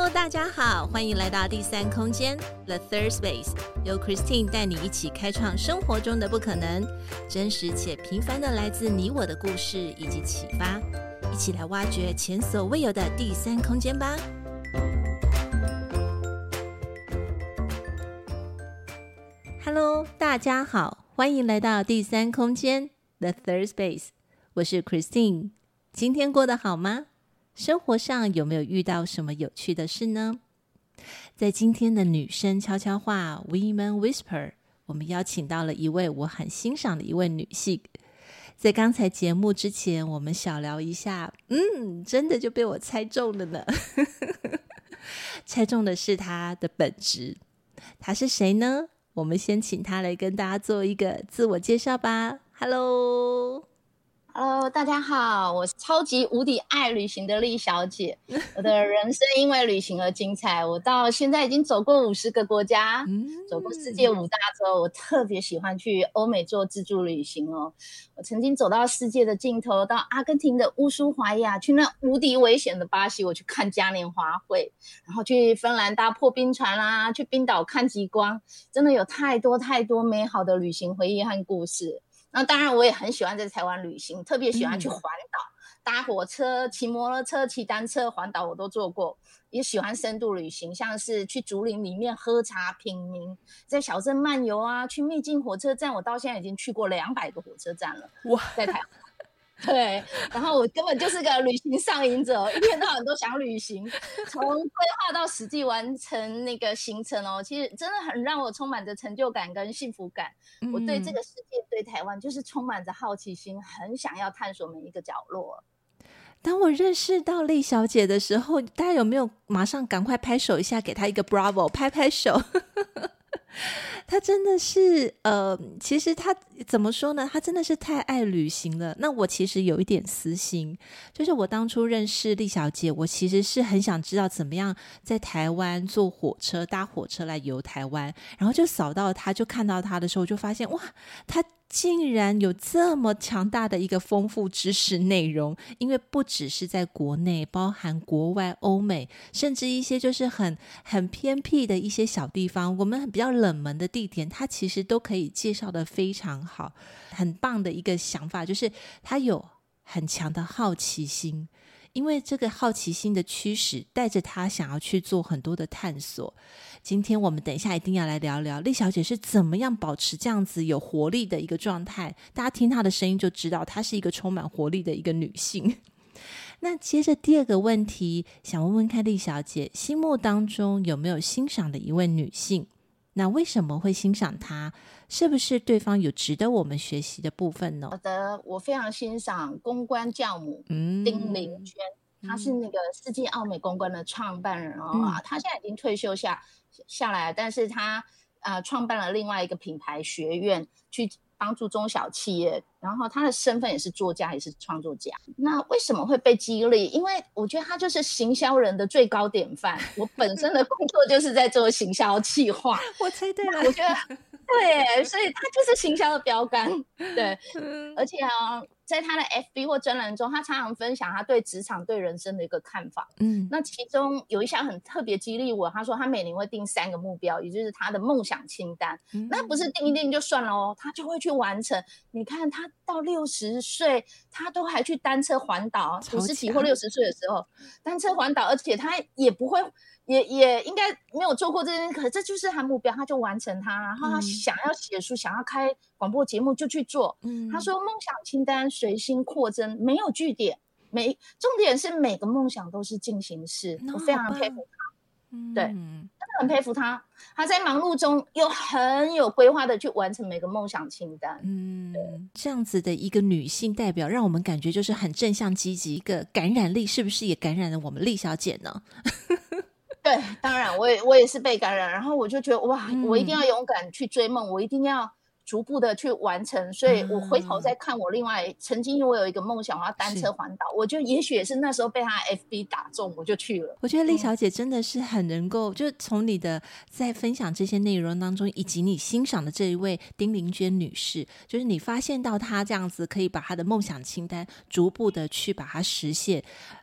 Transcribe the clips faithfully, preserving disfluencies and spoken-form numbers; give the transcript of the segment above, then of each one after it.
大家好，欢迎来到第三空间 The Third Space， 由 Christine 带你一起开创生活中的不可能，真实且平凡的来自你我的故事以及启发，一起来挖掘前所未有的第三空间吧。Hello， 大家好，欢迎来到第三空间 The Third Space， 我是 Christine。今天过得好吗？生活上有没有遇到什么有趣的事呢？在今天的女生悄悄话 Women Whisper， 我们邀请到了一位我很欣赏的一位女性。在刚才节目之前，我们小聊一下，嗯，真的就被我猜中了呢。猜中的是她的本质。她是谁呢？我们先请她来跟大家做一个自我介绍吧。 Hello Hello， 大家好，我是超级无敌爱旅行的丽小姐。我的人生因为旅行而精彩，我到现在已经走过五十个国家，嗯、走过世界五大洲。我特别喜欢去欧美做自助旅行哦。我曾经走到世界的尽头，到阿根廷的乌苏怀亚，去那无敌危险的巴西，我去看嘉年华会，然后去芬兰搭破冰船啦、啊，去冰岛看极光，真的有太多太多美好的旅行回忆和故事。那当然我也很喜欢在台湾旅行，特别喜欢去环岛、嗯、搭火车、骑摩托车、骑单车，环岛我都做过。也喜欢深度旅行，像是去竹林里面喝茶品茗，在小镇漫游啊，去秘境火车站，我到现在已经去过两百个火车站了。哇，在台湾。对，然后我根本就是个旅行上瘾者，一天到晚都想旅行，从规划到实际完成那个行程哦，其实真的很让我充满着成就感跟幸福感。嗯、我对这个世界、对台湾就是充满着好奇心，很想要探索每一个角落。 当我认识到丽小姐的时候，大家有没有马上赶快拍手一下，给她一个 bravo， 拍拍手？他真的是呃，其实他怎么说呢，他真的是太爱旅行了。那我其实有一点私心，就是我当初认识丽小姐，我其实是很想知道怎么样在台湾坐火车搭火车来游台湾，然后就扫到她，就看到她的时候就发现哇，她竟然有这么强大的一个丰富知识内容。因为不只是在国内，包含国外欧美，甚至一些就是很很偏僻的一些小地方，我们比较冷门的地点，它其实都可以介绍得非常好。很棒的一个想法就是它有很强的好奇心，因为这个好奇心的驱使带着他想要去做很多的探索。今天我们等一下一定要来聊聊丽小姐是怎么样保持这样子有活力的一个状态，大家听她的声音就知道她是一个充满活力的一个女性。那接着第二个问题，想问问看丽小姐心目当中有没有欣赏的一位女性，那为什么会欣赏她？是不是对方有值得我们学习的部分呢？ 好的，我非常欣赏公关教母、嗯、丁玲娟，她是那个世纪奥美公关的创办人哦，嗯、她现在已经退休下下来，但是她呃创办了另外一个品牌学院，去帮助中小企业，然后她的身份也是作家，也是创作家。那为什么会被激励？因为我觉得她就是行销人的最高典范。我本身的工作就是在做行销企划， 我猜对了。 我觉得对，所以她就是行销的标杆。对，而且啊，在他的 F B 或专栏中，他常常分享他对职场、对人生的一个看法。嗯，那其中有一项很特别激励我，他说他每年会定三个目标，也就是他的梦想清单。嗯、那不是定一定就算了哦，他就会去完成。你看他到六十岁，他都还去单车环岛，五十几或六十岁的时候单车环岛，而且他也不会。也也应该没有做过这件事，可是这就是他目标，他就完成它。然后他想要写书、嗯、想要开广播节目就去做。嗯、他说梦想清单随心扩增，没有据点，每重点是每个梦想都是进行式。我非常佩服他，嗯、对，真的很佩服他。他在忙碌中又很有规划的去完成每个梦想清单。 嗯，这样子的一个女性代表，让我们感觉就是很正向积极，一个感染力，是不是也感染了我们丽小姐呢？ 对，当然我也我也是被感染，然后我就觉得哇、嗯、我一定要勇敢去追梦，我一定要逐步的去完成。所以我回头再看我另外、嗯、曾经我有一个梦想，我要单车环岛，我就也许也是那时候被他 F B 打中，我就去了。 我觉得丽小姐真的是很能够、嗯、就从你的在分享这些内容当中，以及你欣赏的这一位丁玲娟女士，就是你发现到她这样子可以把她的梦想清单逐步的去把它实现，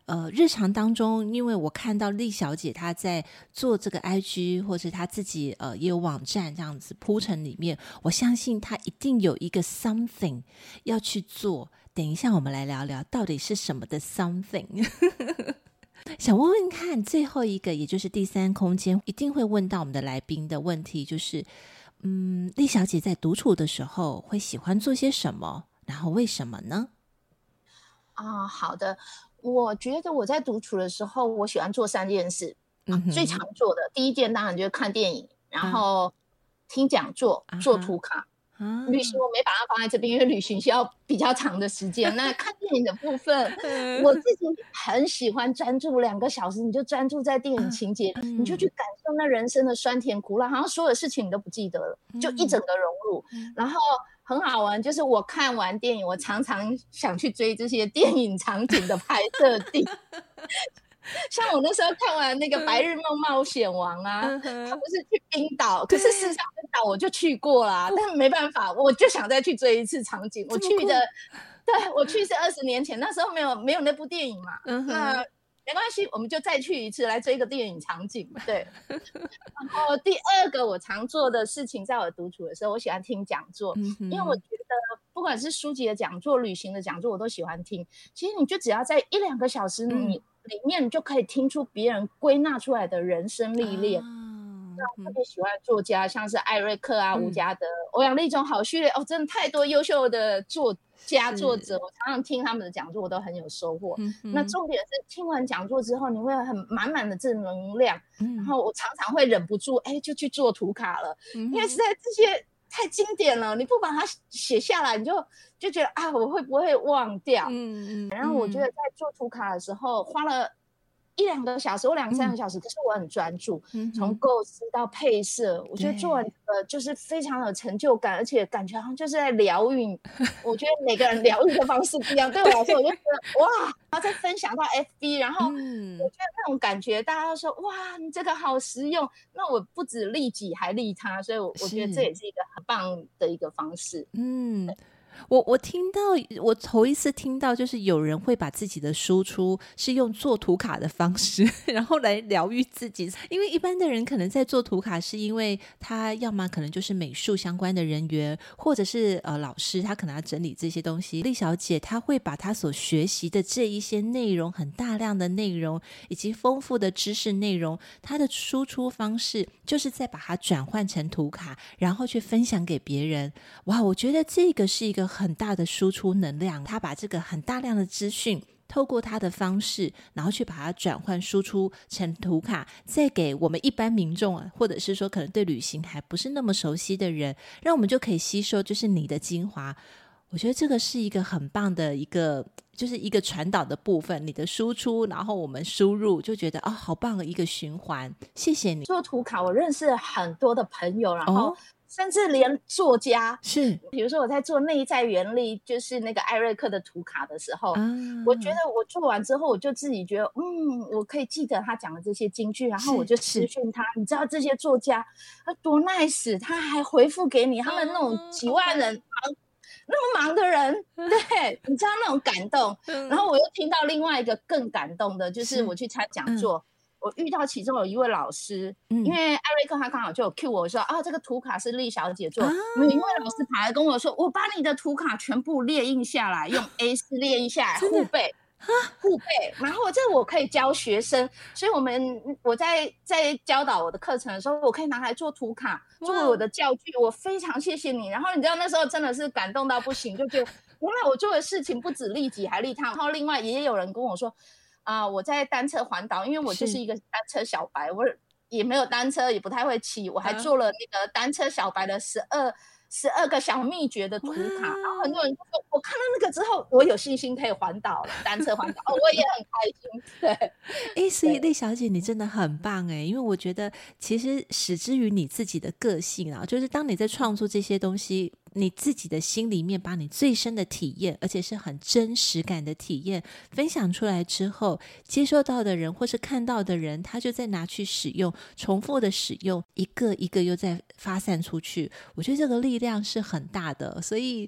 呃，日常当中，因为我看到丽小姐她在做这个 I G 或是她自己呃也有网站这样子铺陈里面，我相信她一定有一个 something 要去做。等一下我们来聊聊到底是什么的 something 想问问看最后一个，也就是第三空间一定会问到我们的来宾的问题，就是嗯，丽小姐在独处的时候会喜欢做些什么，然后为什么呢？ 啊，好的，我觉得我在独处的时候我喜欢做三件事、啊嗯、 最常做的第一件当然就是看电影，然后听讲座、 啊、 做图卡、啊、旅行我没把它放在这边，因为旅行需要比较长的时间那看电影的部分我自己很喜欢专注两个小时，你就专注在电影情节、嗯、你就去感受那人生的酸甜苦辣，好像所有的事情你都不记得了，就一整个融入、嗯、然后很好玩，就是我看完电影我常常想去追这些电影场景的拍摄地像我那时候看完那个《白日梦冒险王》啊，他不是去冰岛，可是事实上冰岛我就去过啦，但没办法，我就想再去追一次场景。我去的，对，我去是二十年前，那时候没有没有那部电影嘛，嗯、那没关系，我们就再去一次来追个电影场景。对，然后第二个我常做的事情，在我独处的时候，我喜欢听讲座，嗯、因为我觉得不管是书籍的讲座、旅行的讲座，我都喜欢听。其实你就只要在一两个小时，你、嗯里面你就可以听出别人归纳出来的人生历练。那、啊、我特别喜欢作家，像是艾瑞克啊、嗯、吴家德、欧阳立中、郝旭烈，哦，真的太多优秀的作家作者，我常常听他们的讲座，我都很有收获。嗯、那重点是听完讲座之后，你会很满满的正能量、嗯，然后我常常会忍不住，哎，就去做图卡了，嗯、因为实在这些太经典了，你不把它写下来，你就就觉得啊，我会不会忘掉？嗯嗯。然后我觉得在做图卡的时候，花了一两个小时或两三个小时，嗯、可是我很专注，嗯、从构思到配色，我觉得做完这个就是非常有成就感，而且感觉好像就是在疗愈。我觉得每个人疗愈的方式不一样，对我来说，我就觉得哇，然后再分享到 F B， 然后我觉得那种感觉，大家都说哇，你这个好实用，那我不止利己还利他，所以我我觉得这也是一个很棒的一个方式。 嗯。我我听到我头一次听到就是有人会把自己的输出是用做图卡的方式然后来疗愈自己，因为一般的人可能在做图卡是因为他要么可能就是美术相关的人员，或者是呃老师，他可能要整理这些东西。丽小姐她会把她所学习的这一些内容，很大量的内容以及丰富的知识内容，她的输出方式就是再把它转换成图卡，然后去分享给别人。哇，我觉得这个是一个很大的输出能量，他把这个很大量的资讯透过他的方式，然后去把它转换输出成图卡，再给我们一般民众啊，或者是说可能对旅行还不是那么熟悉的人，让我们就可以吸收就是你的精华。我觉得这个是一个很棒的一个就是一个传导的部分，你的输出然后我们输入，就觉得哦，好棒的一个循环。谢谢你。 做图卡我认识很多的朋友，然后、哦甚至连作家， 是比如说我在做内在原力，就是那个艾瑞克的图卡的时候、啊、我觉得我做完之后我就自己觉得嗯，我可以记得他讲的这些金句，然后我就私讯他，你知道这些作家他多 nice， 他还回复给你，他们那种几万人、啊 okay. 那么忙的人，对，你知道那种感动、嗯、然后我又听到另外一个更感动的，就是我去参讲座、嗯我遇到其中有一位老师、嗯、因为艾瑞克他刚好就有 cue 我说啊，这个图卡是丽小姐做、啊、有一位老师跑来跟我说，我把你的图卡全部列印下来，用 A 四 列印下来互背互背，然后这我可以教学生，所以我们我在在教导我的课程的时候，我可以拿来做图卡作为我的教具，我非常谢谢你。然后你知道那时候真的是感动到不行，就觉得原来我做的事情不止利己还利他。然后另外也有人跟我说啊、呃，我在单车环岛，因为我就是一个单车小白，我也没有单车，也不太会骑，我还做了那个单车小白的十二十二个小秘诀的图卡，然后很多人就说，我看到那个之后，我有信心可以环岛了，单车环岛，哦，我也很开心。对， 哎，所以丽小姐你真的很棒哎，因为我觉得其实始之于你自己的个性啊，就是当你在创作这些东西，你自己的心里面把你最深的体验，而且是很真实感的体验分享出来之后，接收到的人或是看到的人，他就再拿去使用，重复的使用，一个一个又再发散出去，我觉得这个力量是很大的。所以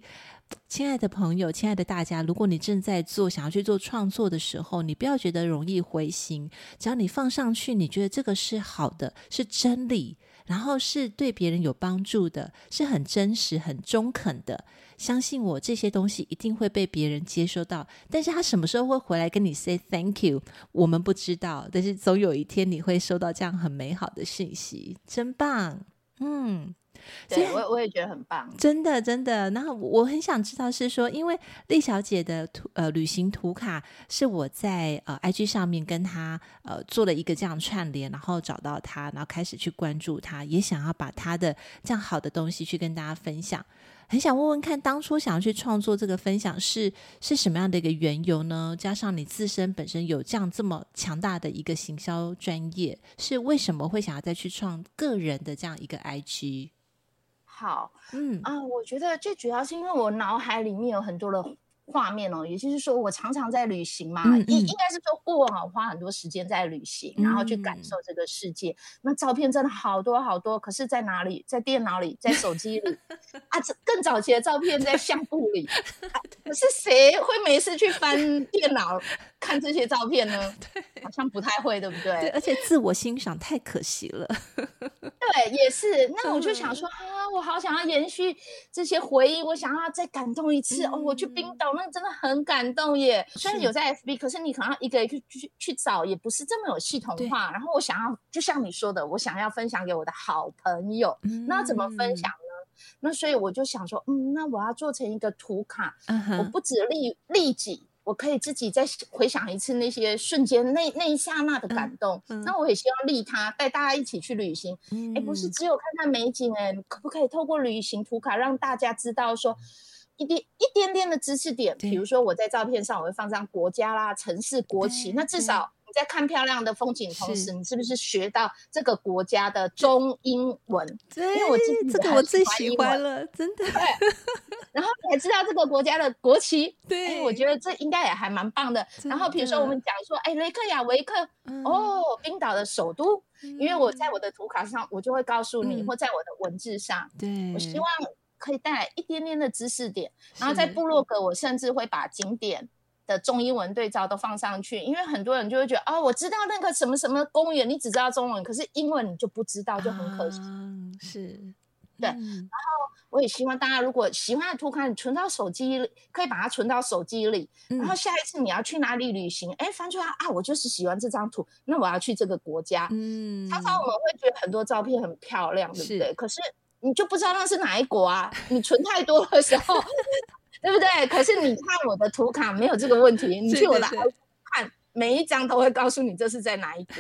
亲爱的朋友，亲爱的大家，如果你正在做想要去做创作的时候，你不要觉得容易灰心，只要你放上去，你觉得这个是好的，是真理，然后是对别人有帮助的，是很真实很中肯的，相信我，这些东西一定会被别人接收到。但是他什么时候会回来跟你 say thank you， 我们不知道，但是总有一天你会收到这样很美好的讯息，真棒。嗯， 对，我我也觉得很棒， 真的真的。然后我很想知道是说，因为丽小姐的图呃旅行图卡是我在呃 I G 上面跟她呃做了一个这样串联，然后找到她，然后开始去关注她，也想要把她的这样好的东西去跟大家分享。很想问问看，当初想要去创作这个分享是是什么样的一个缘由呢？加上你自身本身有这样这么强大的一个行销专业，是为什么会想要再去创个人的这样一个 I G？ 好， 嗯啊、我觉得最主要是因为我脑海里面有很多的画面哦，也就是说我常常在旅行嘛， 嗯嗯应应该是说过往我花很多时间在旅行，然后去感受这个世界。那照片真的好多好多，可是在哪里？在电脑里，在手机里啊，这更早期的照片在相簿里。啊、可是谁会没事去翻电脑看这些照片呢？好像不太会，对不对？ 对，而且自我欣赏太可惜了。 对，也是。那我就想说啊，我好想要延续这些回忆，我想要再感动一次、嗯、哦。我去冰岛，那真的很感动耶。虽然有在 F B， 可是你可能要一个一个去去找，也不是这么有系统化。然后我想要，就像你说的，我想要分享给我的好朋友。嗯、那怎么分享呢？那所以我就想说，嗯，那我要做成一个图卡，嗯、我不止利利己。我可以自己再回想一次那些瞬间，那那一刹那的感动。嗯嗯、那我也希望利他带大家一起去旅行。嗯，哎，不是只有看看美景，哎，可不可以透过旅行图卡让大家知道说一点一点点的知识点？比如说我在照片上我会放上国家啦、城市、国旗，那至少你在看漂亮的风景的同时，你是不是学到这个国家的中英文？ 对，因为我这个我最喜欢了，真的。 对。然后你还知道这个国家的国旗， 对， 我觉得这应该也还蛮棒的。然后比如说我们讲说，哎，雷克雅维克，嗯、哦，冰岛的首都，嗯、因为我在我的图卡上，我就会告诉你，嗯、或在我的文字上， 对， 我希望可以带来一点点的知识点。然后在部落格，我甚至会把景点的中英文对照都放上去，因为很多人就会觉得，哦，我知道那个什么什么公园，你只知道中文，可是英文你就不知道，就很可惜。 啊、是。 对，嗯、然后我也希望大家如果喜欢的图卡，你存到手机里，可以把它存到手机里。嗯、然后下一次你要去哪里旅行，哎，翻出来啊，我就是喜欢这张图，那我要去这个国家。嗯，常常我们会觉得很多照片很漂亮，对不对？可是你就不知道那是哪一国啊？你存太多的时候，对不对？可是你看我的图卡没有这个问题，你去我的 I G 看，每一张都会告诉你这是在哪一国。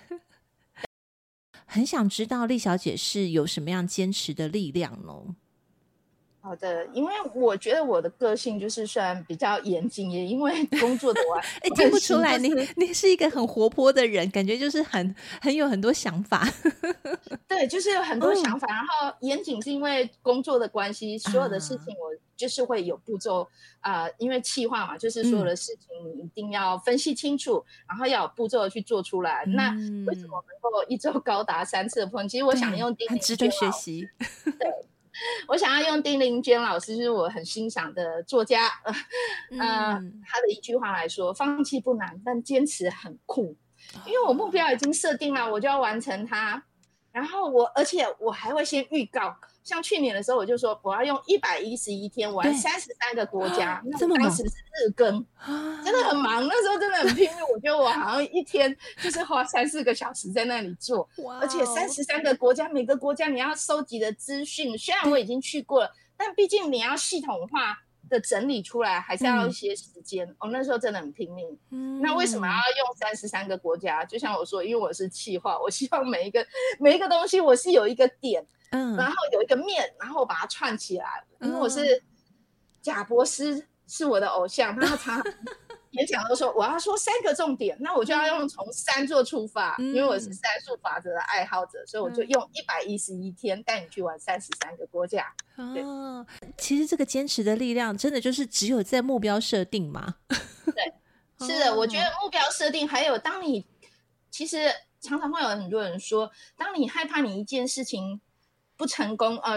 很想知道丽小姐是有什么样坚持的力量呢？ 好的，因为我觉得我的个性就是虽然比较严谨，也因为工作的我哎，听不出来、就是、你你是一个很活泼的人，感觉就是很很有很多想法。 对，就是有很多想法、嗯、然后严谨是因为工作的关系，所有的事情我就是会有步骤啊、呃，因为企划嘛，就是所有的事情你一定要分析清楚、嗯、然后要有步骤的去做出来、嗯、那为什么能够一周高达三次的碰？其实我想用丁玲娟，很值得学习。 对，我想要用丁玲娟老师，就是我很欣赏的作家，呃，嗯、他的一句话来说：放弃不难，但坚持很酷。因为我目标已经设定了，我就要完成它。然后我，而且我还会先预告，像去年的时候，我就说我要用一百一十一天玩三十三个国家。那我当时是日更，真的很忙，那时候真的很拼命。我觉得我好像一天就是花三四个小时在那里做，而且三十三个国家，每个国家你要收集的资讯，虽然我已经去过了，但毕竟你要系统化的整理出来，还是要一些时间。嗯、哦，那时候真的很拼命。嗯，那为什么要用三十三个国家？就像我说，因为我是企划，我希望每一个每一个东西我是有一个点，嗯，然后有一个面，然后我把它串起来。因为我是贾博士，是我的偶像，他常常演讲都说我要说三个重点，那我就要用从三做出发，嗯、因为我是三数法则的爱好者，所以我就用一百一十一天带你去玩三十三个国家。 哦，其实这个坚持的力量真的就是只有在目标设定嘛。 对，是的，我觉得目标设定，还有当你其实常常会有很多人说，当你害怕你一件事情不成功，呃，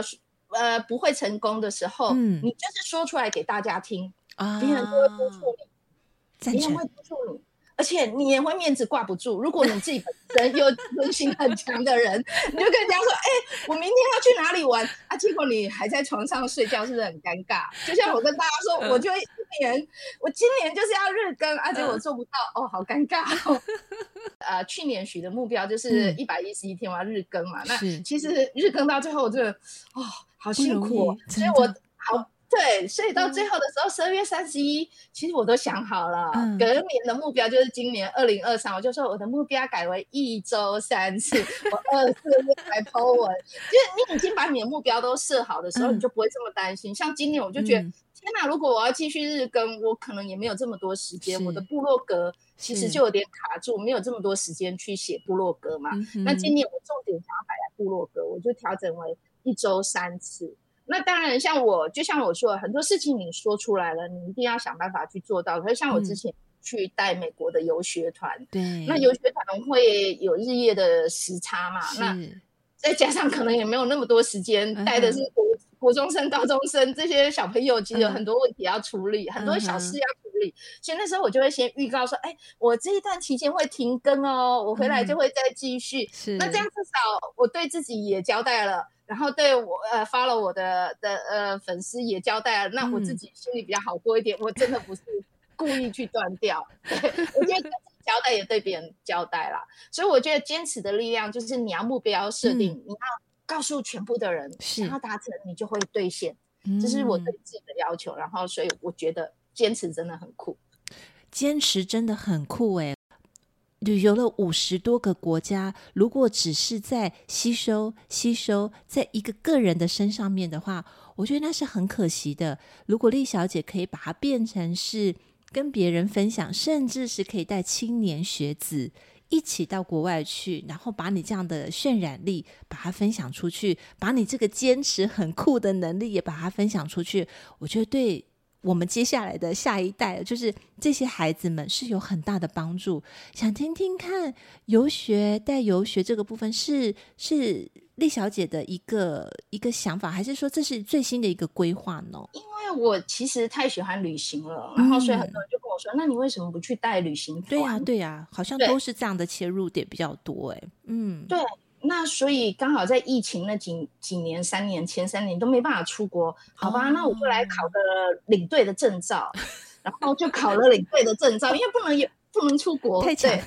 呃不会成功的时候，嗯，你就是说出来给大家听，啊，别人就会督促你，别人会督促你。而且你也会面子挂不住，如果你自己本身又自尊心很强的人，你就跟人家说，哎、欸，我明天要去哪里玩啊？结果你还在床上睡觉，是不是很尴尬？就像我跟大家说，我就今年，我今年就是要日更，而且我做不到，哦，好尴尬哦。呃，去年许的目标就是一百一十一天我要日更嘛，那其实日更到最后，我真的哦，好辛苦、哦，所以我好。对，所以到最后的时候，十二月三十一，其实我都想好了，嗯、隔年的目标就是今年二零二三，我就说我的目标改为一周三次，我二四月来 po 文，就是你已经把你的目标都设好的时候，嗯、你就不会这么担心。像今年我就觉得，嗯、天哪，如果我要继续日更，我可能也没有这么多时间，我的部落格其实就有点卡住，没有这么多时间去写部落格嘛。嗯、那今年我重点想要摆在部落格，我就调整为一周三次。那当然像我就像我说的，很多事情你说出来了，你一定要想办法去做到。可是像我之前去带美国的游学团，嗯、那游学团会有日夜的时差嘛，那再加上可能也没有那么多时间，嗯、带的是国国中生高中生，这些小朋友其实有很多问题要处理，嗯、很多小事要处理，所以那时候我就会先预告说，哎，我这一段期间会停更哦，我回来就会再继续，嗯、那这样至少我对自己也交代了，然后对我呃 follow 我的的呃粉丝也交代了，那我自己心里比较好过一点，嗯、我真的不是故意去断掉，对，我觉得对自己交代也对别人交代啦，所以我觉得坚持的力量就是你要目标设定，嗯、你要告诉全部的人，想要达成你就会兑现，嗯、这是我对自己的要求，然后所以我觉得坚持真的很酷， 坚持真的很酷耶。旅游了五十多个国家，如果只是在吸收吸收在一个个人的身上面的话，我觉得那是很可惜的。如果丽小姐可以把它变成是跟别人分享，甚至是可以带青年学子一起到国外去，然后把你这样的渲染力把它分享出去，把你这个坚持很酷的能力也把它分享出去，我觉得对我们接下来的下一代，就是这些孩子们是有很大的帮助。想听听看游学带游学这个部分是是丽小姐的一个一个想法，还是说这是最新的一个规划呢？ 因为我其实太喜欢旅行了，然后所以很多人就跟我说，嗯、那你为什么不去带旅行团？ 对呀、啊、对呀、啊，好像都是这样的切入点比较多哎。嗯， 对。那所以刚好在疫情那几几年，三年前三年都没办法出国，好吧，哦、那我就来考个领队的证照，然后就考了领队的证照，因为不能有不能出国， 太强，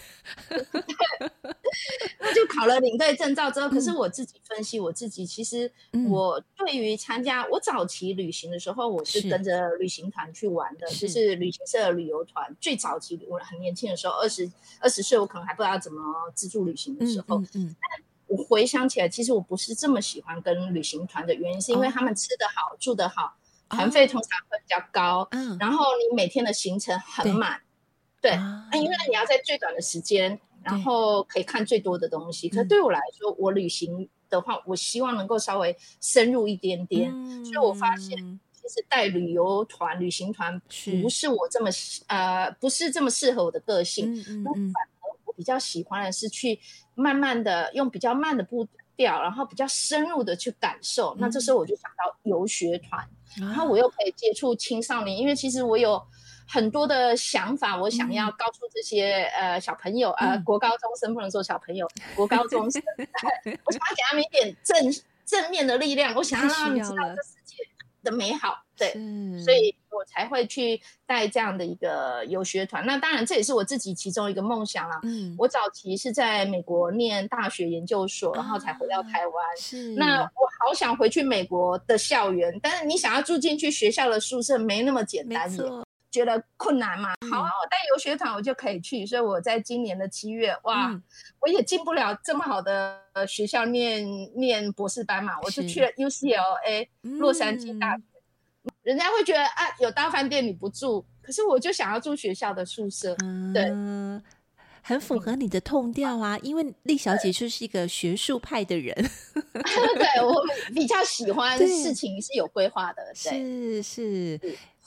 那就考了领队证照之后，可是我自己分析我自己，其实我对于参加我早期旅行的时候，我是跟着旅行团去玩的，是就是旅行社的旅游团。最早期我很年轻的时候，二十二十岁，我可能还不知道怎么自助旅行的时候，嗯嗯嗯我回想起来，其实我不是这么喜欢跟旅行团的原因，是因为他们吃得好、住得好，团费通常会比较高，嗯、然后你每天的行程很满，对，啊、因为你要在最短的时间，然后可以看最多的东西。可对我来说，我旅行的话，我希望能够稍微深入一点点，嗯、所以我发现，其实带旅游团、旅行团不是我这么呃，不是这么适合我的个性。嗯嗯嗯比较喜欢的是去慢慢的用比较慢的步调，然后比较深入的去感受、嗯、那这时候我就想到游学团、啊、然后我又可以接触青少年，因为其实我有很多的想法我想要告诉这些、嗯、呃小朋友呃、嗯、国高中生，不能说小朋友，国高中生我想要给他们一点正正面的力量，我想要让他们知道这世界的美好，对，所以我才会去带这样的一个游学团。那当然这也是我自己其中一个梦想啦、嗯、我早期是在美国念大学研究所、啊、然后才回到台湾，是那我好想回去美国的校园，但是你想要住进去学校的宿舍没那么简单，也觉得困难嘛、嗯、好啊，我带游学团我就可以去，所以我在今年的七月哇、嗯、我也进不了这么好的学校念念博士班嘛，我就去了 U C L A 洛杉矶大学、嗯、人家会觉得啊，有大饭店你不住，可是我就想要住学校的宿舍、嗯、对， 很符合你的痛调啊、嗯、因为丽小姐就是一个学术派的人对， 我比较喜欢事情是有规划的，对， 是是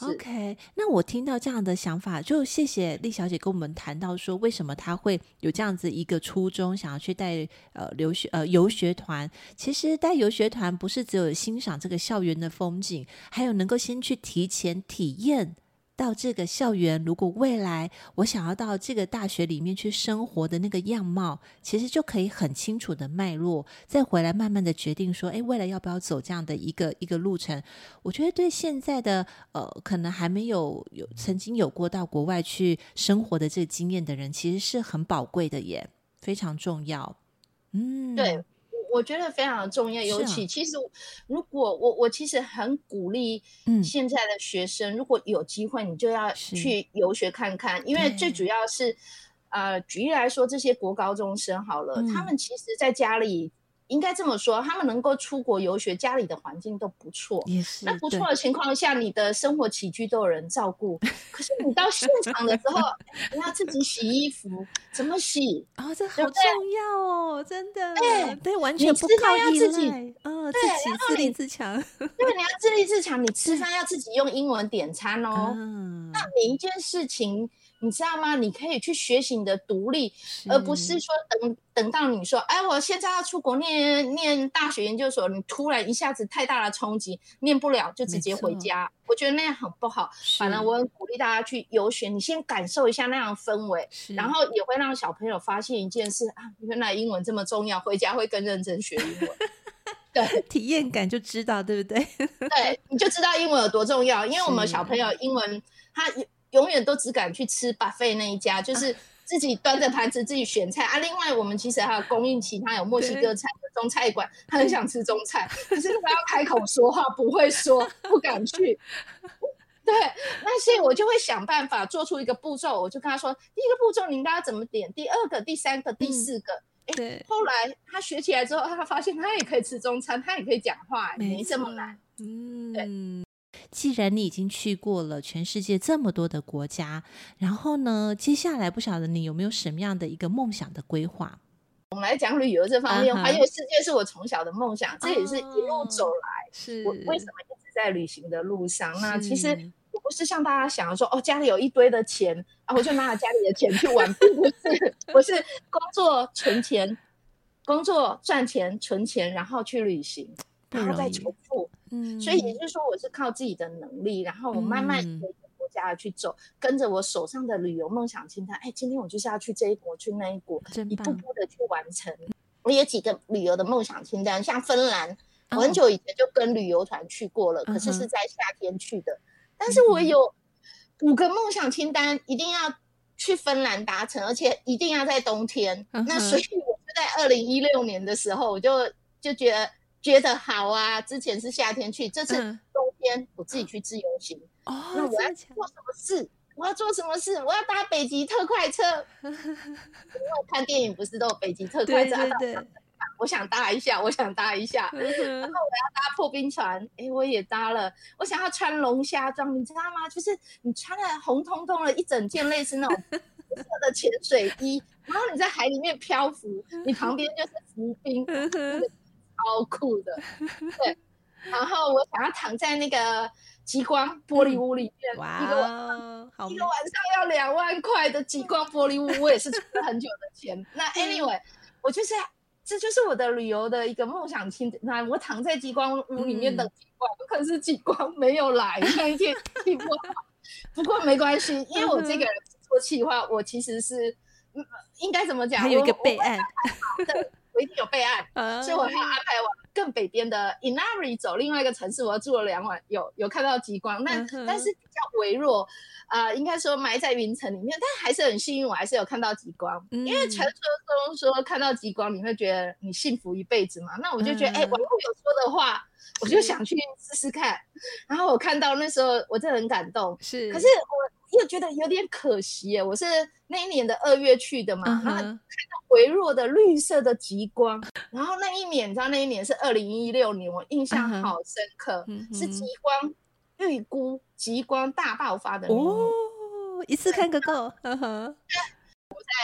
OK， 那我听到这样的想法，就谢谢丽小姐跟我们谈到说，为什么她会有这样子一个初衷，想要去带呃留学呃游学团。其实带游学团不是只有欣赏这个校园的风景，还有能够先去提前体验到这个校园，如果未来我想要到这个大学里面去生活的那个样貌，其实就可以很清楚的脉络，再回来慢慢的决定说，哎，未来要不要走这样的一个一个路程。我觉得对现在的呃，可能还没有有曾经有过到国外去生活的这个经验的人，其实是很宝贵的耶，非常重要。嗯， 对，我觉得非常的重要，尤是啊其其实如果我我其实很鼓励嗯现在的学生，如果有机会你就要是去游学看看，因为最对主要是呃，举例来说，这些国高中生好了，他嗯们其实在家里应该这么说，他们能够出国游学，家里的环境都不错。 也是对那不错的情况下，你的生活起居都有人照顾。可是你到现场的时候，你要自己洗衣服，怎么洗？ 哦，这对不好重要哦，真的， 对？ 对，完你全不吃饭靠依要自己， 赖，嗯、 对， 自然己自立后你自强， 对，你要自立自强，你吃饭要自己用英文点餐哦。那嗯， 每一件事情，你知道吗？你可以去学习你的独立，而不是是说等等到你说，哎，我现在要出国念念大学研究所，你突然一下子太大的冲击，念不了就直接回家。我觉得那样很不好。反而是我很鼓励大家去游学，你先感受一下那样的氛围， 是， 然后也会让小朋友发现一件事啊，原来英文这么重要，回家会更认真学英文。对， 体验感就知道，对不对？ 对，你就知道英文有多重要。因为我们小朋友英文，他永远都只敢去吃 buffet 那一家，就是自己端着盘子自己选菜啊。另外，我们其实还有供应其他有墨西哥菜的中菜馆，他很想吃中菜，可是他要开口说话不会说，不敢去。对，那所以我就会想办法做出一个步骤，我就跟他说，第一个步骤你应该要怎么点，第二个、第三个、第四个。 嗯、对， 后来他学起来之后，他发现他也可以吃中餐，他也可以讲话，没这么难。 嗯，既然你已经去过了全世界这么多的国家，然后呢，接下来不晓得你有没有什么样的一个梦想的规划？ 我们来讲旅游这方面，环游世界是我从小的梦想，这也是一路走来， 是我为什么一直在旅行的路上。那其实我不是像大家想的说，哦，家里有一堆的钱啊，我就拿着家里的钱去玩，并不是，我是工作存钱，工作赚钱存钱，然后去旅行，然后再重复。嗯，所以也就是说，我是靠自己的能力，然后我慢慢一个国家去走，跟着我手上的旅游梦想清单，哎，今天我就是要去这一国，去那一国，一步步的去完成。我有几个旅游的梦想清单，像芬兰，我很久以前就跟旅游团去过了，哦、可是是在夏天去的。但是我有五个梦想清单，一定要去芬兰达成，而且一定要在冬天。嗯、那所以我就在二零一六年的时候，我就就觉得觉得好啊。之前是夏天去，这次冬天我自己去自由行。嗯、那我要做什么事？我要做什么事？我要搭北极特快车。因为看电影不是都有北极特快车？ 对对对。 我想搭一下，我想搭一下，然后我要搭破冰船，哎，我也搭了。我想要穿龙虾装，你知道吗？就是你穿了红彤彤的一整件类似那种紫色的潜水衣，然后你在海里面漂浮，你旁边就是浮冰，那个超酷的。对，然后我想要躺在那个极光玻璃屋里面， 哇， 一个晚上一个晚上要两万块的极光玻璃屋，我也是存了很久的钱。那 anyway， 我就是这就是我的旅游的一个梦想清单。我躺在极光屋里面等极光，嗯、可是极光没有来，那一天气不好。不过没关系，因为我这个人做企划，我其实是、嗯、应该怎么讲？ 还有一个备案， 我, 我一定有备案，所以我还要安排往更北边的 Inari 走，另外一个城市，我要住了两晚，有有看到极光，那、嗯、但是比较微弱。呃，应该说埋在云层里面，但还是很幸运，我还是有看到极光。嗯、因为传说中说看到极光你会觉得你幸福一辈子嘛，那我就觉得，哎、嗯，网络有说的话，我就想去试试看。然后我看到那时候，我真的很感动。 是， 可是我又觉得有点可惜耶。我是那一年的二月去的嘛，嗯、然后看到微弱的绿色的极光。然后那一年，你知道那一年是二零一六年，我印象好深刻，嗯、是极光。预估极光大爆发的那一年， 哦，一次看个够。我在、呃、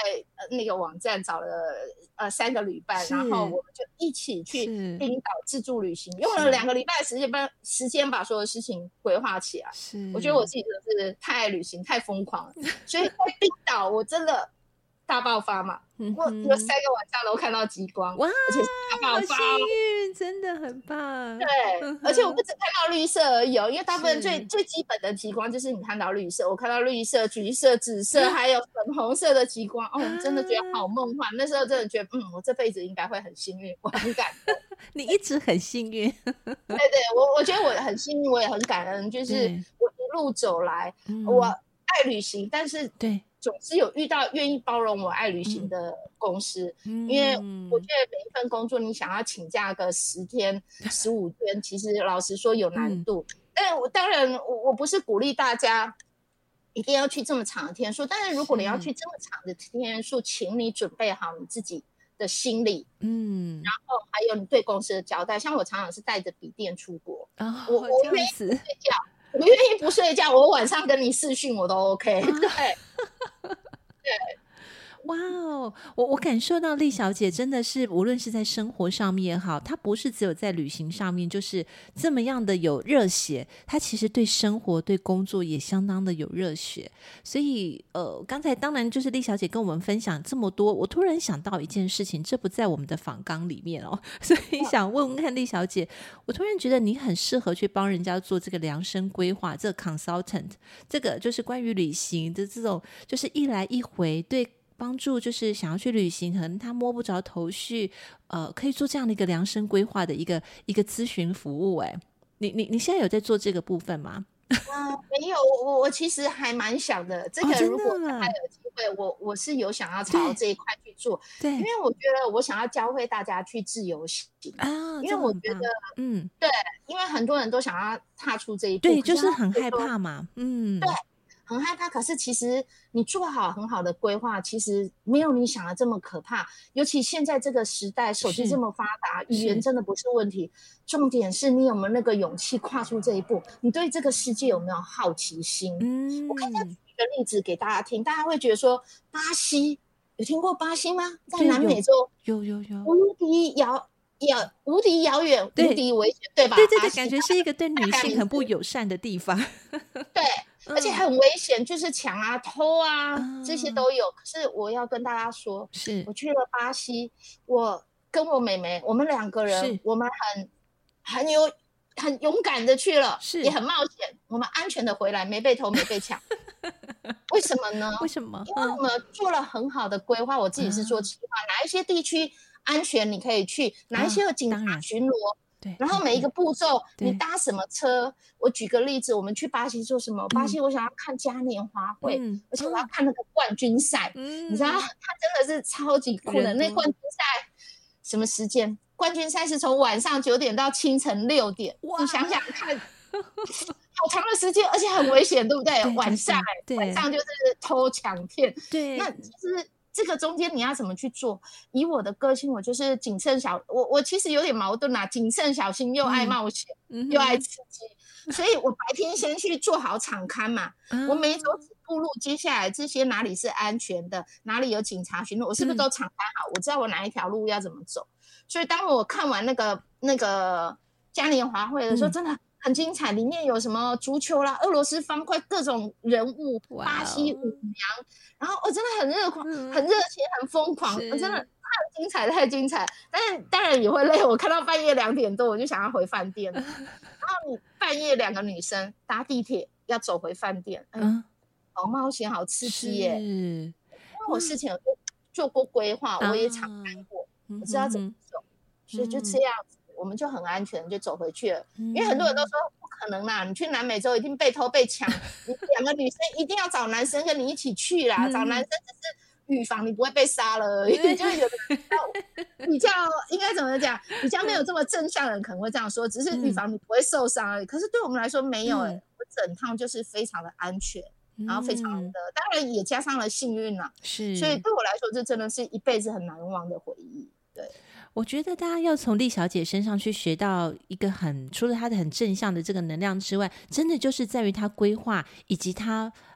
那个网站找了呃三个旅伴，然后我们就一起去冰岛自助旅行，用了两个礼拜的时间把时间把所有事情规划起来。我觉得我自己真的是太爱旅行，太疯狂了，所以在冰岛我真的大爆发嘛。嗯、我有三个晚上都看到极光，哇，而且是大爆发， 好幸运，真的很棒。 对，嗯、而且我不只看到绿色而已哦，因为大部分最最基本的极光就是你看到绿色，我看到绿色、橘色、紫色，还有粉红色的极光，哦，真的觉得好梦幻。那时候真的觉得，嗯，我这辈子应该会很幸运，我很感动。 你一直很幸运。 对对，我我觉得我很幸运，我也很感恩，就是我一路走来，嗯、我爱旅行，但是对。总是有遇到愿意包容我爱旅行的公司，嗯、因为我觉得每一份工作你想要请假个十天、十五天，其实老实说有难度。嗯、但我当然我我不是鼓励大家一定要去这么长的天数，但是如果你要去这么长的天数，请你准备好你自己的心理，嗯，然后还有你对公司的交代。像我常常是带着笔电出国，哦、我我愿意不睡觉，我愿意不睡觉，我晚上跟你视讯我都 OK，、啊、对。对， 哇哦，我我感受到丽小姐真的是无论是在生活上面也好，她不是只有在旅行上面就是这么样的有热血，她其实对生活对工作也相当的有热血。所以呃，刚才当然就是丽小姐跟我们分享这么多，我突然想到一件事情，这不在我们的访纲里面哦，所以想问问看丽小姐，我突然觉得你很适合去帮人家做这个量身规划，这个 consultant， 这个就是关于旅行的这种就是一来一回，对帮助就是想要去旅行，可能他摸不着头绪，呃，可以做这样的一个量身规划的一个一个咨询服务。哎，你你你现在有在做这个部分吗？ 啊、呃，没有，我我其实还蛮想的。这个如果还有机会，哦、我我是有想要朝这一块去做。对，因为我觉得我想要教会大家去自由行啊，因为我觉得，嗯，对，因为很多人都想要踏出这一步， 对，就是很害怕嘛，嗯， 对。很害怕，可是其实你做好很好的规划，其实没有你想的这么可怕。尤其现在这个时代，手机这么发达，语言真的不是问题。重点是你有没有那个勇气跨出这一步？你对这个世界有没有好奇心？嗯，我可以再举一个例子给大家听，大家会觉得说，巴西有听过巴西吗？在南美洲， 有有有， 无敌遥遥无敌遥远，无敌危险，对吧？ 对对对，感觉是一个对女性很不友善的地方。 对。而且很危险，就是抢啊、偷啊，嗯、这些都有。可是我要跟大家说，是我去了巴西，我跟我妹妹，我们两个人，我们很很有很勇敢的去了，也很冒险，我们安全的回来，没被偷，没被抢。为什么呢？ 为什么？ 因为我们做了很好的规划，我自己是做企划，嗯、哪一些地区安全你可以去，哪一些有警察巡逻。对，然后每一个步骤，你搭什么车？我举个例子，我们去巴西做什么？巴西我想要看嘉年华会，嗯、而且我要看那个冠军赛。嗯、你知道，它真的是超级酷的。那冠军赛什么时间？冠军赛是从晚上九点到清晨六点。你想想看，好长的时间，而且很危险，对不对？对晚上，晚上就是偷抢骗。对，那其实。这个中间你要怎么去做？以我的个性，我就是谨慎小，我我其实有点矛盾啦，谨慎小心又爱冒险，嗯、又爱刺激，所以我白天先去做好场勘嘛，嗯、我每走几步路，接下来这些哪里是安全的，哪里有警察巡逻，我是不是都场勘好？我知道我哪一条路要怎么走。所以当我看完那个那个嘉年华会的时候，嗯、真的很精彩，里面有什么足球啦、俄罗斯方块、各种人物、巴西舞娘。然后我、哦、真的很热狂、嗯、很热情、很疯狂，我真的太精彩、太精彩。但是当然也会累，我看到半夜两点多，我就想要回饭店了。然后你半夜两个女生搭地铁要走回饭店，嗯，好冒险、好刺激耶！因为我事前有做过规划，我也常看过，嗯、我知道怎么走，嗯、所以就这样子。我们就很安全就走回去了，嗯、因为很多人都说不可能啦，你去南美洲一定被偷被抢，你两个女生一定要找男生跟你一起去啦，嗯、找男生只是预防你不会被杀了而已，嗯、就有的比较应该怎么讲，比较没有这么正向的人可能会这样说，只是预防你不会受伤而已。嗯、可是对我们来说没有、欸，嗯、我整趟就是非常的安全。然后非常的，当然也加上了幸运啦，是，所以对我来说，这真的是一辈子很难忘的回忆。对， 我觉得大家要从丽小姐身上去学到一个很，除了她的很正向的这个能量之外，真的就是在于她规划以及她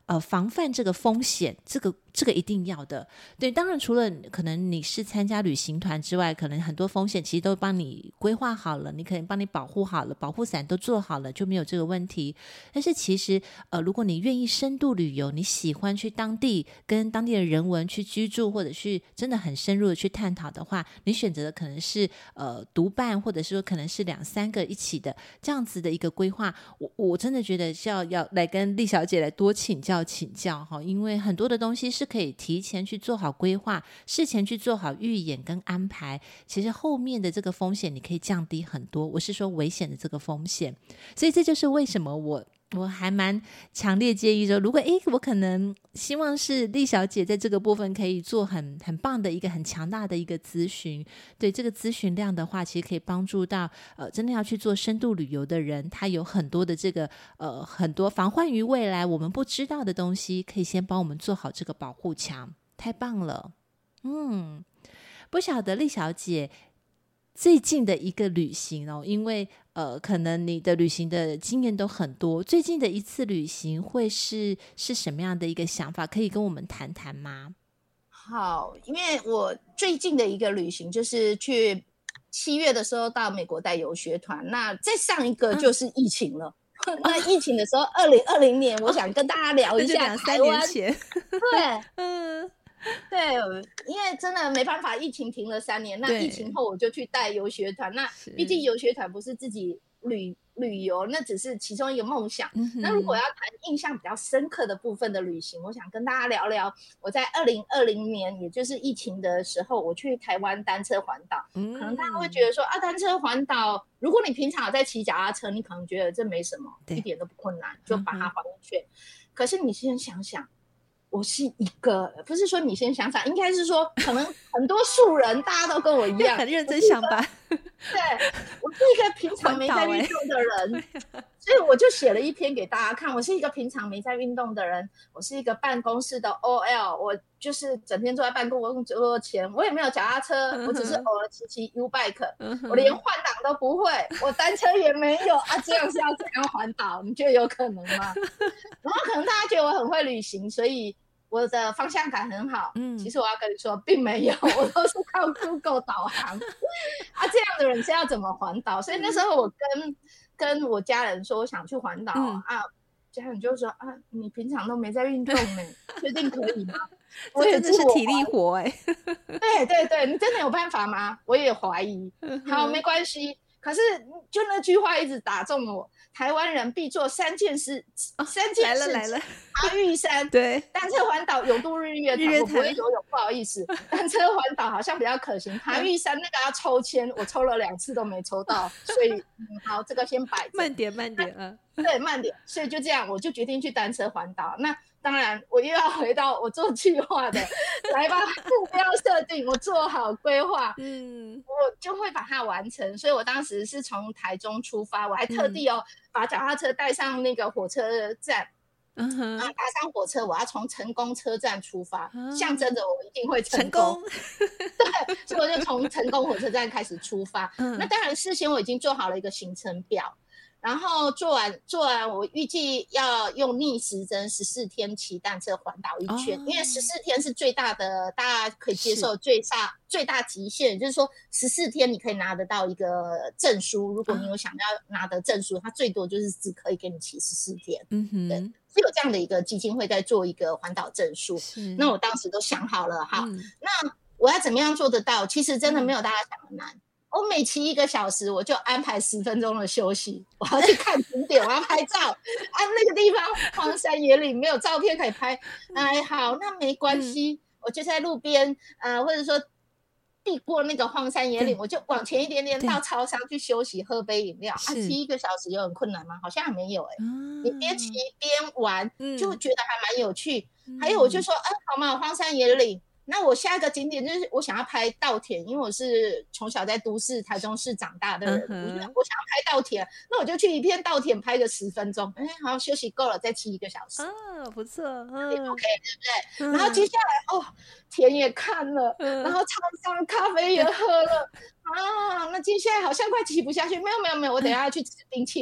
呃防范这个风险，这个这个一定要的。对，当然除了可能你是参加旅行团之外，可能很多风险其实都帮你规划好了，你可能帮你保护好了，保护伞都做好了，就没有这个问题。但是其实呃，如果你愿意深度旅游，你喜欢去当地跟当地的人文去居住，或者去真的很深入的去探讨的话，你选择的可能是呃独办，或者是说可能是两三个一起的这样子的一个规划。我我真的觉得是要要来跟丽小姐来多请教请教哈，因为很多的东西是可以提前去做好规划，事前去做好预演跟安排，其实后面的这个风险你可以降低很多，我是说危险的这个风险。所以这就是为什么我我还蛮强烈建议说，如果诶我可能希望是丽小姐在这个部分可以做很很棒的一个很强大的一个咨询，对这个咨询量的话，其实可以帮助到呃真的要去做深度旅游的人，他有很多的这个呃很多防患于未来我们不知道的东西，可以先帮我们做好这个保护墙，太棒了。嗯，不晓得丽小姐最近的一个旅行哦，因为呃，可能你的旅行的经验都很多，最近的一次旅行会是是什么样的一个想法？可以跟我们谈谈吗？ 好，因为我最近的一个旅行就是去七月的时候到美国带游学团，那再上一个就是疫情了。嗯、那疫情的时候，二零二零年，我想跟大家聊一下两三年前， 对， 嗯。 对，因为真的没办法，疫情停了三年，那疫情后我就去带游学团。那毕竟游学团不是自己旅旅游，那只是其中一个梦想。嗯、那如果要谈印象比较深刻的部分的旅行，我想跟大家聊聊我在二零二零年，也就是疫情的时候，我去台湾单车环岛。嗯、可能大家会觉得说啊，单车环岛，如果你平常有在骑脚踏车，你可能觉得这没什么，一点都不困难，就把它环过去。嗯、可是你先想想。我是一个，不是说你先想想，应该是说可能很多素人大家都跟我一样很认真上班。 对，我是一个平常没在运动的人、欸、所以我就写了一篇给大家看。我是一个平常没在运动的人，我是一个办公室的 O L， 我就是整天坐在办公桌前，我也没有脚踏车，我只是偶尔骑骑 U-Bike， 我连换挡都不会，我单车也没有啊，这样是要怎样环岛？你觉得有可能吗？然后可能大家觉得我很会旅行，所以我的方向感很好，嗯，其实我要跟你说并没有，我都是靠 Google 导航啊，这样的人是要怎么环岛？所以那时候我跟跟我家人说我想去环岛、嗯、啊，家人就说啊，你平常都没在运动呢，确定可以吗？ 我也真的是体力活哎、欸， 对对对，你真的有办法吗？我也怀疑。好，没关系。可是就那句话一直打中我，台湾人必做三件事，哦、三件事来了来了， 爬玉山， 对， 单车环岛，泳渡日月潭，我不会游泳，不好意思，单车环岛好像比较可行，爬玉山那个要抽签，我抽了两次都没抽到，所以、嗯、好，这个先摆着， 慢点慢点啊， 对，慢点，所以就这样，我就决定去单车环岛。那当然，我又要回到我做计划的，来吧，目标设定，我做好规划，嗯，我就会把它完成。所以我当时是从台中出发，我还特地哦、嗯、把脚踏车带上那个火车站，嗯哼，然后搭上火车，我要从成功车站出发，嗯、象征着我一定会成功。成功对，所以我就从成功火车站开始出发。嗯、那当然，事先我已经做好了一个行程表。然后做完做完，我预计要用逆时针十四天骑单车环岛一圈，哦、因为十四天是最大的大家可以接受最大最大极限，就是说十四天你可以拿得到一个证书。如果你有想要拿得证书，它最多就是只可以给你骑十四天。嗯哼，对，是有这样的一个基金会在做一个环岛证书。那我当时都想好了，好，嗯、那我要怎么样做得到？其实真的没有大家想的难。嗯我每骑一个小时，我就安排十分钟的休息。我要去看景点，我要拍照。啊，那个地方荒山野岭，没有照片可以拍。哎，好，那没关系，嗯、我就在路边，呃，或者说避过那个荒山野岭，我就往前一点点到超商去休息，喝杯饮料。啊，骑一个小时有很困难吗？好像还没有哎、欸。嗯、你边骑边玩，就觉得还蛮有趣。嗯、还有，我就说，哎、啊，好嘛，荒山野岭。那我下一个景点就是我想要拍稻田，因为我是从小在都市台中市长大的人，嗯、我, 我想要拍稻田，那我就去一片稻田拍个十分钟，哎，好，休息够了再骑一个小时， 啊，不错，嗯 ，OK， 对不对？嗯、然后接下来哦，田也看了，嗯、然后超商咖啡也喝了，啊，那接下来好像快骑不下去，没有没有没有，我等一下要去吃冰淇淋。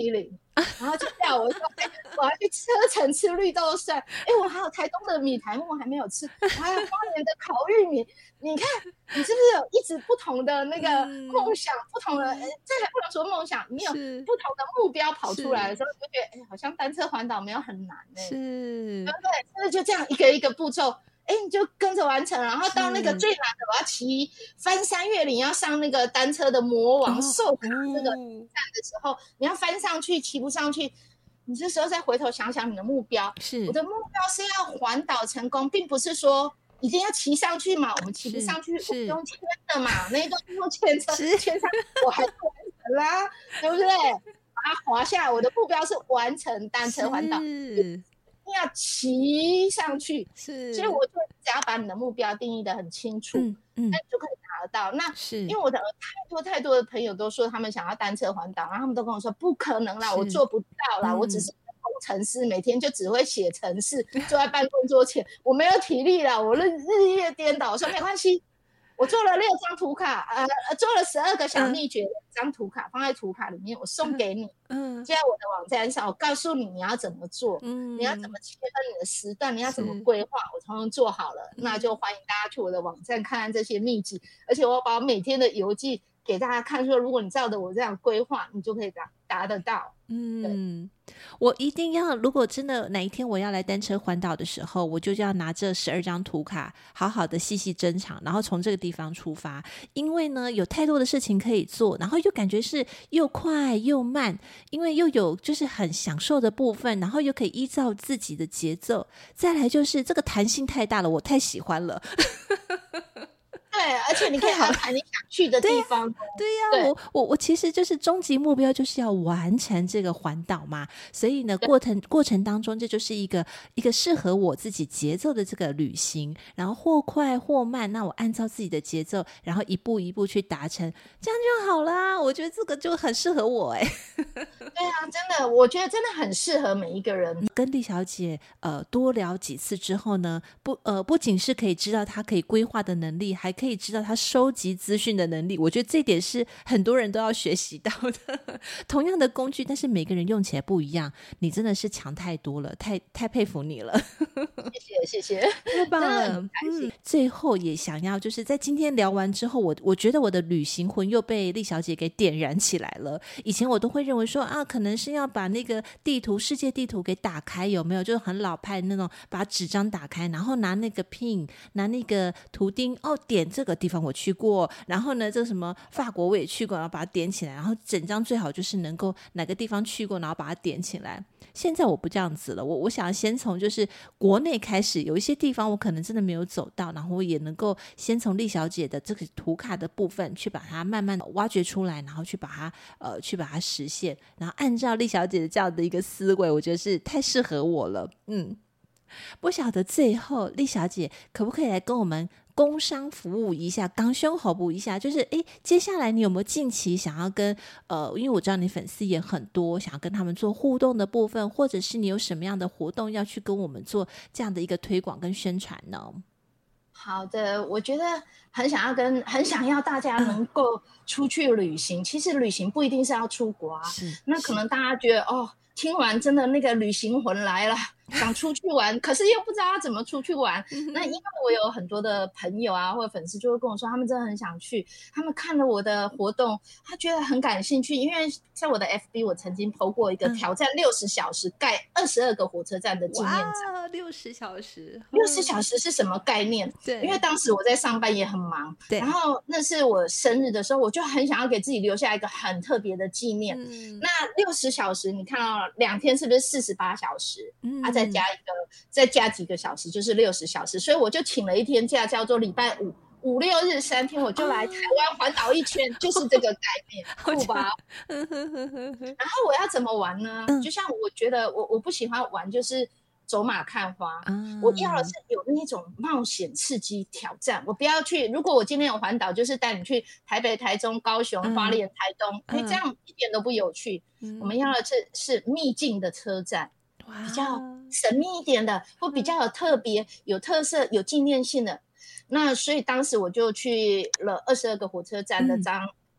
然后就叫我说，哎、我要去车城吃绿豆蒜，哎、我还有台东的米苔目还没有吃，我还有花莲的烤玉米。你看，你是不是有一直不同的那个梦想，嗯、不同的，这还不能说梦想，你有不同的目标跑出来的时候，就觉得，哎，好像单车环岛没有很难哎、欸， 是， 对不对？所以就这样一个一个步骤。哎，你就跟着完成，然后到那个最难的，我要骑翻山越岭，要上那个单车的魔王寿卡这个站的时候，你要翻上去，骑不上去，你这时候再回头想想你的目标。 是， 我的目标是要环岛成功，并不是说一定要骑上去嘛，我们骑不上去，我用牵的嘛，那个用牵车牵上去，我还是完成啦，对不对？把它滑下来，我的目标是完成单车环岛。要骑上去，是，所以我就只要把你的目标定义的很清楚，嗯嗯，那你就可以达得到。那是因为我的太多太多的朋友都说他们想要单车环岛，然后他们都跟我说不可能啦，我做不到啦，嗯、我只是工程师，每天就只会写程式，坐在办公桌前，我没有体力啦，我日日夜颠倒。我说没关系。我做了六张图卡，呃，做了十二个小秘诀，两张图卡放在图卡里面，我送给你。嗯，就在我的网站上，我告诉你你要怎么做，嗯，你要怎么切分你的时段，你要怎么规划，我通通做好了。那就欢迎大家去我的网站看看这些秘籍，而且我把每天的游记给大家看，说如果你照着我这样规划，你就可以达达得到。 嗯，我一定要，如果真的哪一天我要来单车环岛的时候，我就要拿这十二张图卡，好好的细细珍藏，然后从这个地方出发。因为呢，有太多的事情可以做，然后又感觉是又快又慢，因为又有就是很享受的部分，然后又可以依照自己的节奏。再来就是这个弹性太大了，我太喜欢了。 对，而且你可以安排你想去的地方。 对呀、啊，我我我其实就是终极目标就是要完成这个环岛嘛，所以呢，过程过程当中，这就是一个一个适合我自己节奏的这个旅行，然后或快或慢，那我按照自己的节奏，然后一步一步去达成，这样就好啦。我觉得这个就很适合我哎。 对啊，真的，我觉得真的很适合每一个人。 跟丽小姐呃多聊几次之后呢，不呃不仅是可以知道她可以规划的能力，还可以知道她收集资讯的能力。我觉得这点是很多人都要学习到的。同样的工具，但是每个人用起来不一样。你真的是强太多了，太太佩服你了。 谢谢谢谢， 太棒了。嗯，最后也想要就是在今天聊完之后，我我觉得我的旅行魂又被丽小姐给点燃起来了。以前我都会认为说啊，可能是要把那个地图世界地图给打开，有没有？就是很老派那种，把纸张打开，然后拿那个 pin， 拿那个图钉，哦，点这个地方我去过，然后呢，这个什么法国我也去过，然后把它点起来，然后整张最好就是能够哪个地方去过，然后把它点起来。现在我不这样子了，我我想先从就是国内开始，有一些地方我可能真的没有走到，然后我也能够先从丽小姐的这个图卡的部分去把它慢慢的挖掘出来，然后去把它呃去把它实现，然后按照丽小姐的这样的一个思维，我觉得是太适合我了。嗯，不晓得最后丽小姐可不可以来跟我们工商服务一下，刚胸口补一下，就是诶，接下来你有没有近期想要跟呃，因为我知道你粉丝也很多，想要跟他们做互动的部分，或者是你有什么样的活动要去跟我们做这样的一个推广跟宣传呢？ 好的，我觉得很想要跟很想要大家能够出去旅行。嗯、其实旅行不一定是要出国啊，那可能大家觉得哦，听完真的那个旅行魂来了。想出去玩，可是又不知道要怎么出去玩。那因为我有很多的朋友啊，或者粉丝就会跟我说，他们真的很想去。他们看了我的活动，他觉得很感兴趣。因为在我的 F B， 我曾经 po 过一个挑战六十小时盖二十二个火车站的纪念展。 哇，六十小时， 六十小时是什么概念？对，因为当时我在上班也很忙，对。然后那是我生日的时候，我就很想要给自己留下一个很特别的纪念。嗯、那六十小时，你看到两天是不是四十八小时？嗯，啊，再加一个，再加几个小时，就是六十小时。所以我就请了一天假，叫做礼拜五，五六日三天，我就来台湾环岛一圈，就是这个概念，酷吧？然后我要怎么玩呢？就像我觉得我我不喜欢玩，就是走马看花。嗯、我要的是有那种冒险、刺激、挑战。我不要去，如果我今天有环岛，就是带你去台北、台中、高雄、花莲、台东，因为、嗯、这样一点都不有趣。嗯、我们要的是是秘境的车站。比较神秘一点的，或比较有特别、有特色、有纪念性的。那所以当时我就去了二十二个火车站的张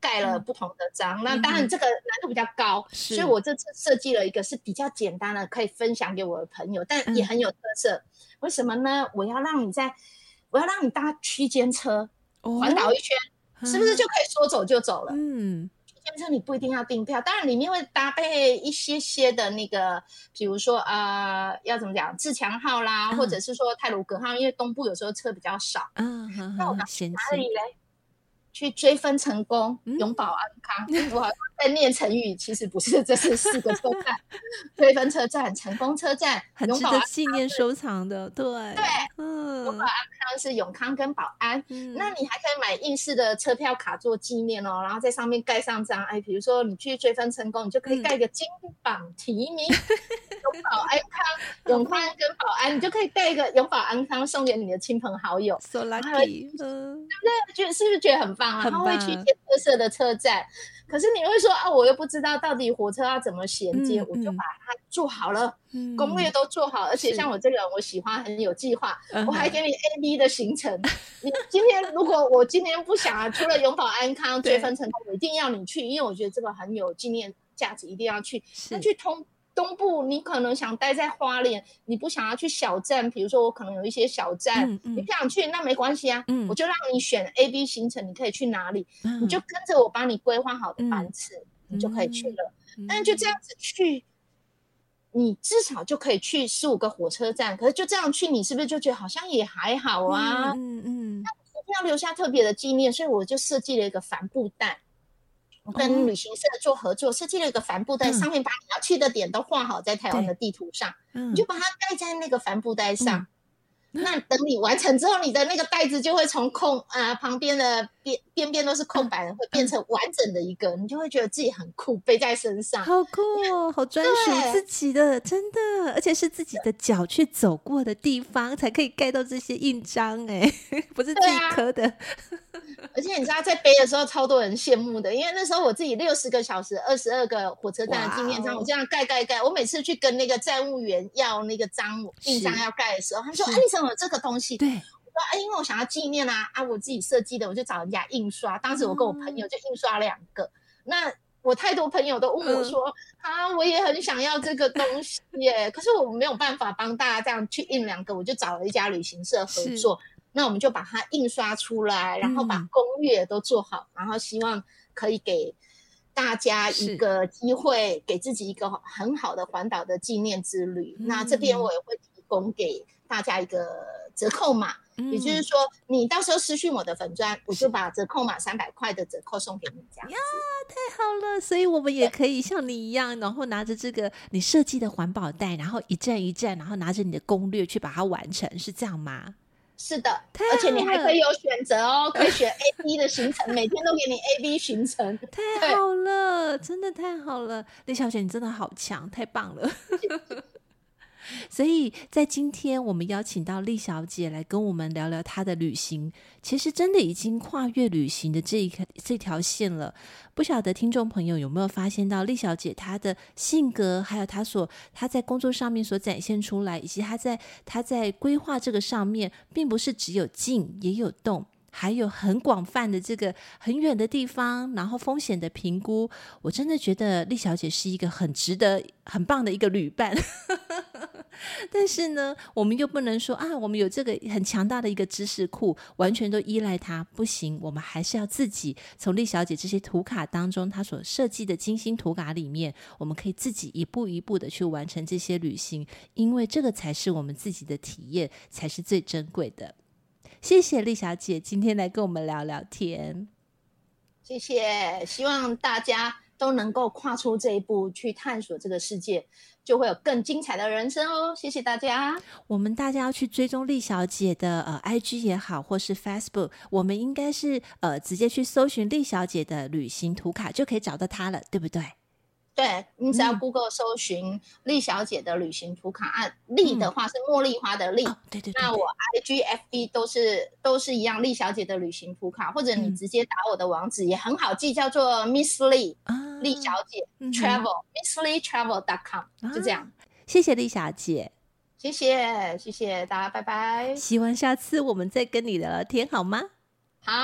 盖了不同的章、嗯、那当然这个难度比较高，所以我这次设计了一个是比较简单的，可以分享给我的朋友，但也很有特色、嗯、为什么呢？我要让你在我要让你搭区间车环岛一圈、哦、是不是就可以说走就走了？嗯，区间车你不一定要订票，当然里面会搭配一些些的那个比如说呃，要怎么讲自强号啦、嗯、或者是说太鲁阁号，因为东部有时候车比较少。嗯，那我们去哪里嘞？去追分成功、嗯、永保安康、嗯、我好像在念成语，其实不是，这是四个车站追分车站、成功车站， 很值得纪念收藏的。对对、嗯、永保安康是永康跟保安、嗯、那你还可以买硬式的车票卡做纪念哦，然后在上面盖上章，哎，比如说你去追分成功，你就可以盖一个金榜题名、嗯、永保安康永康跟保安，你就可以盖一个永保安康送给你的亲朋好友。 So lucky、嗯、 对不对？是不是觉得很棒？然后会去一些特色的车站，可是你会说啊，我又不知道到底火车要怎么衔接、嗯、我就把它做好了、嗯、攻略都做好，而且像我这个人我喜欢很有计划、嗯、我还给你 A B 的行程你今天如果我今天不想啊，除了永保安康追分成功我一定要你去，因为我觉得这个很有纪念价值，一定要去。那去通东部你可能想待在花莲，你不想要去小站，比如说我可能有一些小站、嗯嗯、你不想去那没关系啊、嗯、我就让你选 A B 行程，你可以去哪里、嗯、你就跟着我帮你规划好的班次、嗯、你就可以去了、嗯、但是就这样子去你至少就可以去四五个火车站，可是就这样去你是不是就觉得好像也还好啊？嗯嗯，那一定要留下特别的纪念，所以我就设计了一个帆布袋，我跟旅行社做合作，设计了一个帆布袋、嗯、上面把你要去的点都画好在台湾的地图上、嗯、你就把它盖在那个帆布袋上、嗯、那等你完成之后，你的那个袋子就会从空啊、呃、旁边的边边边都是空白的、嗯、会变成完整的一个、嗯、你就会觉得自己很酷，背在身上。 好酷哦，好专属自己的，真的，而且是自己的脚去走过的地方才可以盖到这些印章，哎，不是自己刻的。 而且你知道在背的时候超多人羡慕的，因为那时候我自己六十个小时二十二个火车站的纪念章，我这样盖盖盖，我每次去跟那个站务员要那个章印章要盖的时候，他说啊你怎么有这个东西？对，我说啊因为我想要纪念啊啊我自己设计的，我就找人家印刷，当时我跟我朋友就印刷两个、嗯、那我太多朋友都问我说、嗯、啊我也很想要这个东西耶可是我没有办法帮大家这样去印两个，我就找了一家旅行社合作，那我们就把它印刷出来，然后把攻略都做好、嗯、然后希望可以给大家一个机会，给自己一个很好的环岛的纪念之旅、嗯、那这边我也会提供给大家一个折扣码、嗯、也就是说你到时候私讯我的粉专，我就把折扣码三百块的折扣送给你，这样子呀， 太好了。所以我们也可以像你一样，然后拿着这个你设计的环保袋，然后一站一站，然后拿着你的攻略去把它完成，是这样吗？ 是的，而且你还可以有选择哦，可以选 A B 的行程每天都给你 A B 行程， 太好了，真的太好了，李小姐你真的好强，太棒了所以在今天我们邀请到丽小姐来跟我们聊聊她的旅行，其实真的已经跨越旅行的这一这条线了。不晓得听众朋友有没有发现到丽小姐她的性格，还有她所她在工作上面所展现出来，以及她在她在规划这个上面，并不是只有静也有动，还有很广泛的这个很远的地方，然后风险的评估。我真的觉得丽小姐是一个很值得很棒的一个旅伴但是呢我们又不能说啊，我们有这个很强大的一个知识库完全都依赖它，不行，我们还是要自己从丽小姐这些图卡当中，她所设计的精心图卡里面，我们可以自己一步一步的去完成这些旅行，因为这个才是我们自己的体验，才是最珍贵的。谢谢丽小姐今天来跟我们聊聊天。 谢谢，希望大家都能够跨出这一步去探索这个世界，就会有更精彩的人生哦。谢谢大家。 我们大家要去追踪丽小姐的呃 I G 也好，或是 Facebook， 我们应该是呃直接去搜寻丽小姐的旅行图卡就可以找到她了，对不对？ 对，你只要 Google 搜寻丽小姐的旅行图卡，按、嗯、丽的话是茉莉花的丽、哦、对对 对, 对，那我 I G F B 都是都是一样，丽小姐的旅行图卡，或者你直接打我的网址、嗯、也很好记，叫做 Miss Lee、啊、丽小姐、嗯、Travel Miss Lee Travel dot com、啊、就这样。 谢谢丽小姐。 谢谢谢谢大家，拜拜。 希望下次我们再跟你聊聊天好吗？ 好。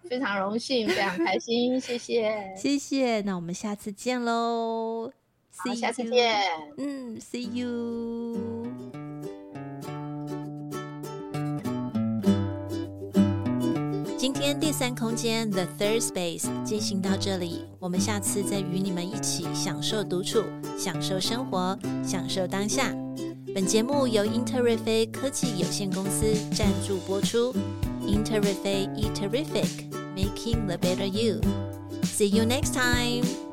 非常荣幸，非常开心，谢谢， 谢谢。那我们下次见喽， 好，下次见， 嗯 ，See you。今天第三空间 The Third Space 进行到这里，我们下次再与你们一起享受独处，享受生活，享受当下。本节目由英特瑞飞科技有限公司赞助播出。英特瑞飞 E Terrific Making the Better You。See you next time.